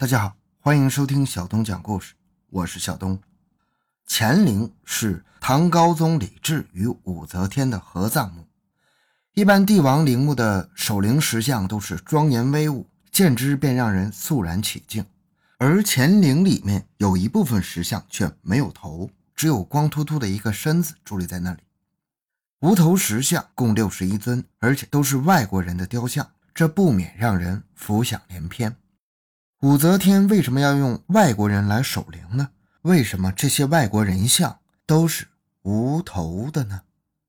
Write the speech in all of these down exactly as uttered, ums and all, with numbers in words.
大家好，欢迎收听小东讲故事，我是小东。乾陵是唐高宗李治与武则天的合葬墓。一般帝王陵墓的守陵石像都是庄严威武，见之便让人肃然起敬。而乾陵里面有一部分石像却没有头，只有光秃秃的一个身子伫立在那里。无头石像共六十一尊，而且都是外国人的雕像，这不免让人浮想联翩。武则天为什么要用外国人来守陵呢？为什么这些外国人像都是无头的呢？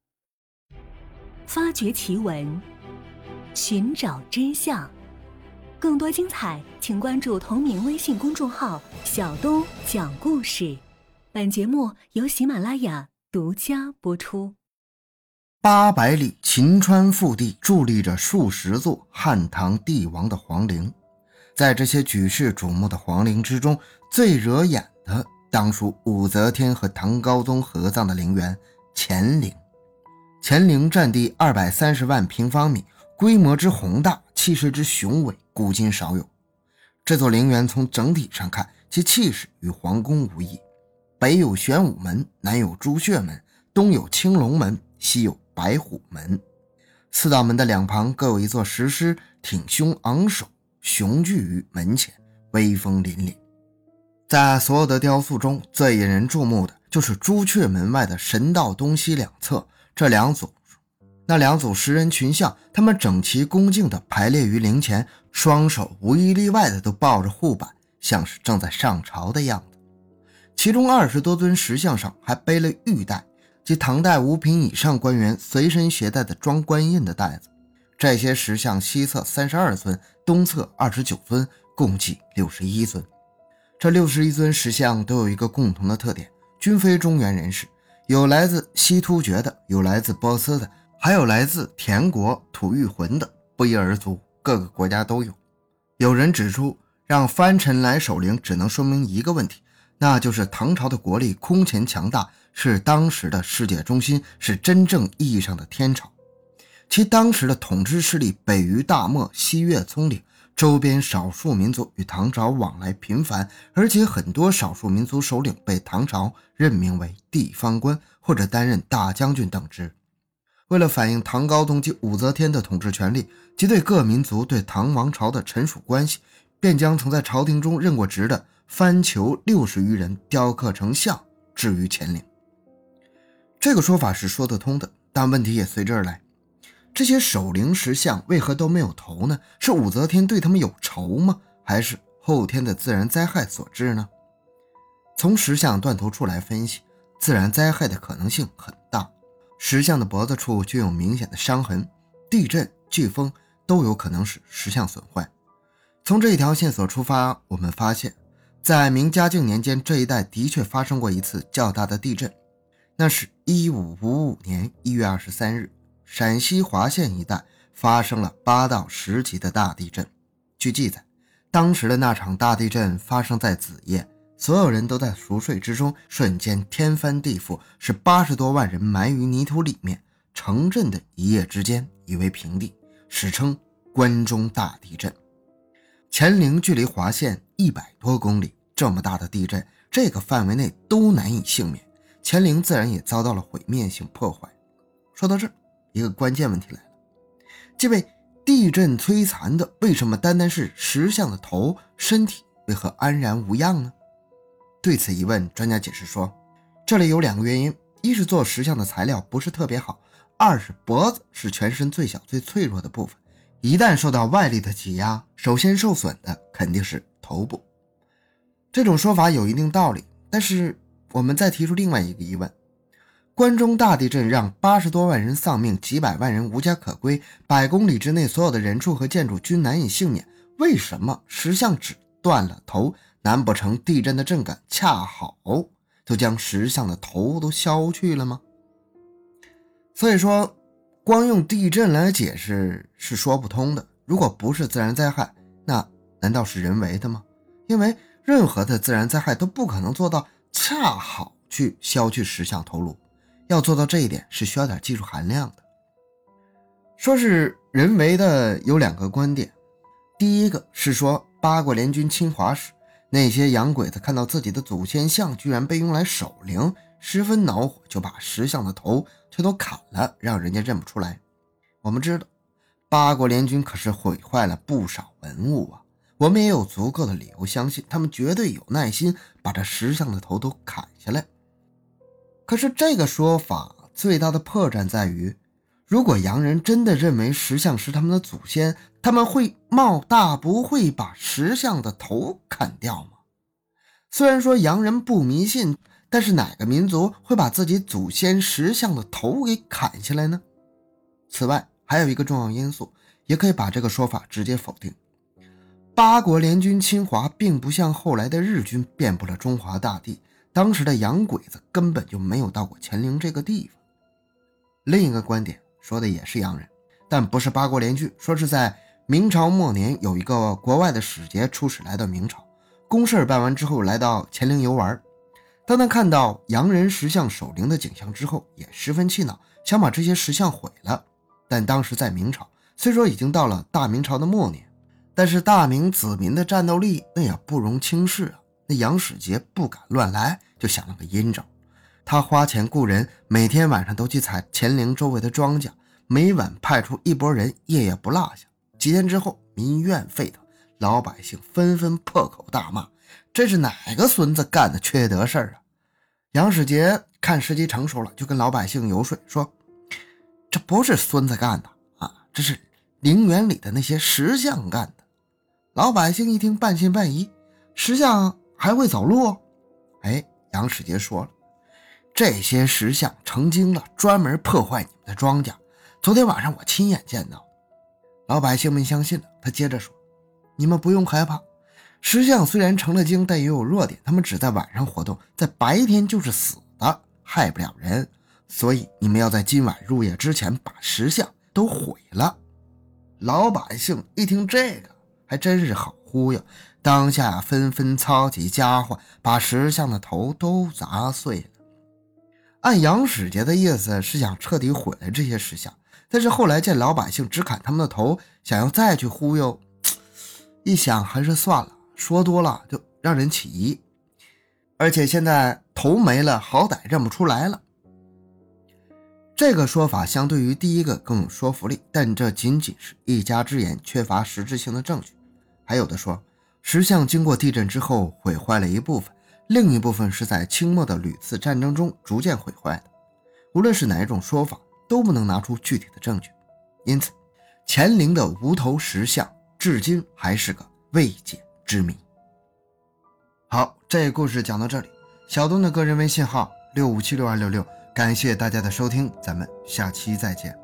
发掘奇闻，寻找真相，更多精彩请关注同名微信公众号小东讲故事。本节目由喜马拉雅独家播出。 八百里秦川腹地伫立着数十座汉唐帝王的皇陵，在这些举世瞩目的皇陵之中，最惹眼的当属武则天和唐高宗合葬的陵园乾陵。乾陵占地二百三十万平方米，规模之宏大，气势之雄伟，古今少有。这座陵园从整体上看，其气势与皇宫无异。北有玄武门，南有朱雀门，东有青龙门，西有白虎门。四道门的两旁各有一座石狮，挺胸昂首，雄踞于门前，威风凛凛。在所有的雕塑中，最引人注目的就是朱雀门外的神道东西两侧这两组那两组十人群像，他们整齐恭敬地排列于陵前，双手无一例外的都抱着护板，像是正在上朝的样子。其中二十多尊石像上还背了玉带，即唐代五品以上官员随身携带的装官印的带子。这些石像西侧三十二尊，东侧二十九尊，共计六十一尊。这六十一尊石像都有一个共同的特点，均非中原人士，有来自西突厥的，有来自波斯的，还有来自田国吐谷浑的，不一而足，各个国家都有。有人指出，让藩臣来守陵只能说明一个问题，那就是唐朝的国力空前强大，是当时的世界中心，是真正意义上的天朝。其当时的统治势力北于大漠，西越葱岭，周边少数民族与唐朝往来频繁，而且很多少数民族首领被唐朝任命为地方官或者担任大将军等职。为了反映唐高宗及武则天的统治权力及对各民族对唐王朝的臣属关系，便将曾在朝廷中任过职的藩酋六十余人雕刻成像置于乾陵。这个说法是说得通的，但问题也随之而来。这些守陵石像为何都没有头呢？是武则天对他们有仇吗？还是后天的自然灾害所致呢？从石像断头处来分析，自然灾害的可能性很大。石像的脖子处就有明显的伤痕，地震、飓风都有可能使石像损坏。从这一条线索出发，我们发现在明嘉靖年间，这一带的确发生过一次较大的地震，那是一五五五年一月二十三日，陕西华县一带发生了八到十级的大地震。据记载，当时的那场大地震发生在子夜，所有人都在熟睡之中，瞬间天翻地覆，使八十多万人埋于泥土里面，城镇的一夜之间夷为平地，史称关中大地震。乾陵距离华县一百多公里，这么大的地震，这个范围内都难以幸免，乾陵自然也遭到了毁灭性破坏。说到这儿，一个关键问题来了，这位地震摧残的为什么单单是石像的头，身体为何安然无恙呢？对此疑问，专家解释说，这里有两个原因，一是做石像的材料不是特别好，二是脖子是全身最小最脆弱的部分，一旦受到外力的挤压，首先受损的肯定是头部。这种说法有一定道理，但是我们再提出另外一个疑问，关中大地震让八十多万人丧命，几百万人无家可归，百公里之内所有的人畜和建筑均难以幸免，为什么石像只断了头，难不成地震的震感恰好就将石像的头都削去了吗？所以说光用地震来解释是说不通的，如果不是自然灾害，那难道是人为的吗？因为任何的自然灾害都不可能做到恰好去削去石像头颅，要做到这一点是需要点技术含量的。说是人为的有两个观点，第一个是说八国联军侵华时，那些洋鬼子看到自己的祖先像居然被用来守灵，十分恼火，就把石像的头全都砍了，让人家认不出来。我们知道八国联军可是毁坏了不少文物啊，我们也有足够的理由相信他们绝对有耐心把这石像的头都砍下来。可是这个说法最大的破绽在于，如果洋人真的认为石像是他们的祖先，他们会冒大不会把石像的头砍掉吗？虽然说洋人不迷信，但是哪个民族会把自己祖先石像的头给砍下来呢？此外还有一个重要因素，也可以把这个说法直接否定。八国联军侵华并不像后来的日军遍布了中华大地，当时的洋鬼子根本就没有到过乾陵这个地方。另一个观点说的也是洋人，但不是八国联军，说是在明朝末年有一个国外的使节出使来到明朝，公事办完之后来到乾陵游玩。当他看到洋人石像守灵的景象之后，也十分气恼，想把这些石像毁了。但当时在明朝，虽说已经到了大明朝的末年，但是大明子民的战斗力那也不容轻视啊。那杨使节不敢乱来，就想了个阴招。他花钱雇人，每天晚上都去采乾陵周围的庄稼，每晚派出一拨人，夜夜不落下。几天之后，民怨沸腾，老百姓纷纷破口大骂，这是哪个孙子干的缺德事儿啊？杨使节看时机成熟了，就跟老百姓游说说，这不是孙子干的啊，这是陵园里的那些石像干的。老百姓一听半信半疑，石像还会走路？哎，杨使节说了，这些石像成精了，专门破坏你们的庄稼，昨天晚上我亲眼见到。老百姓们相信了，他接着说，你们不用害怕，石像虽然成了精，但也有弱点，他们只在晚上活动，在白天就是死的，害不了人，所以你们要在今晚入夜之前把石像都毁了。老百姓一听这个还真是好忽悠，当下纷纷操起家伙，把石像的头都砸碎了。按杨使节的意思是想彻底毁了这些石像，但是后来见老百姓只砍他们的头，想要再去忽悠，一想还是算了，说多了就让人起疑。而且现在头没了，好歹认不出来了。这个说法相对于第一个更有说服力，但这仅仅是一家之言，缺乏实质性的证据。还有的说，石像经过地震之后毁坏了一部分，另一部分是在清末的屡次战争中逐渐毁坏的。无论是哪一种说法，都不能拿出具体的证据。因此，乾陵的无头石像至今还是个未解之谜。好，这个故事讲到这里，小东的个人微信号六五七六二六六，感谢大家的收听，咱们下期再见。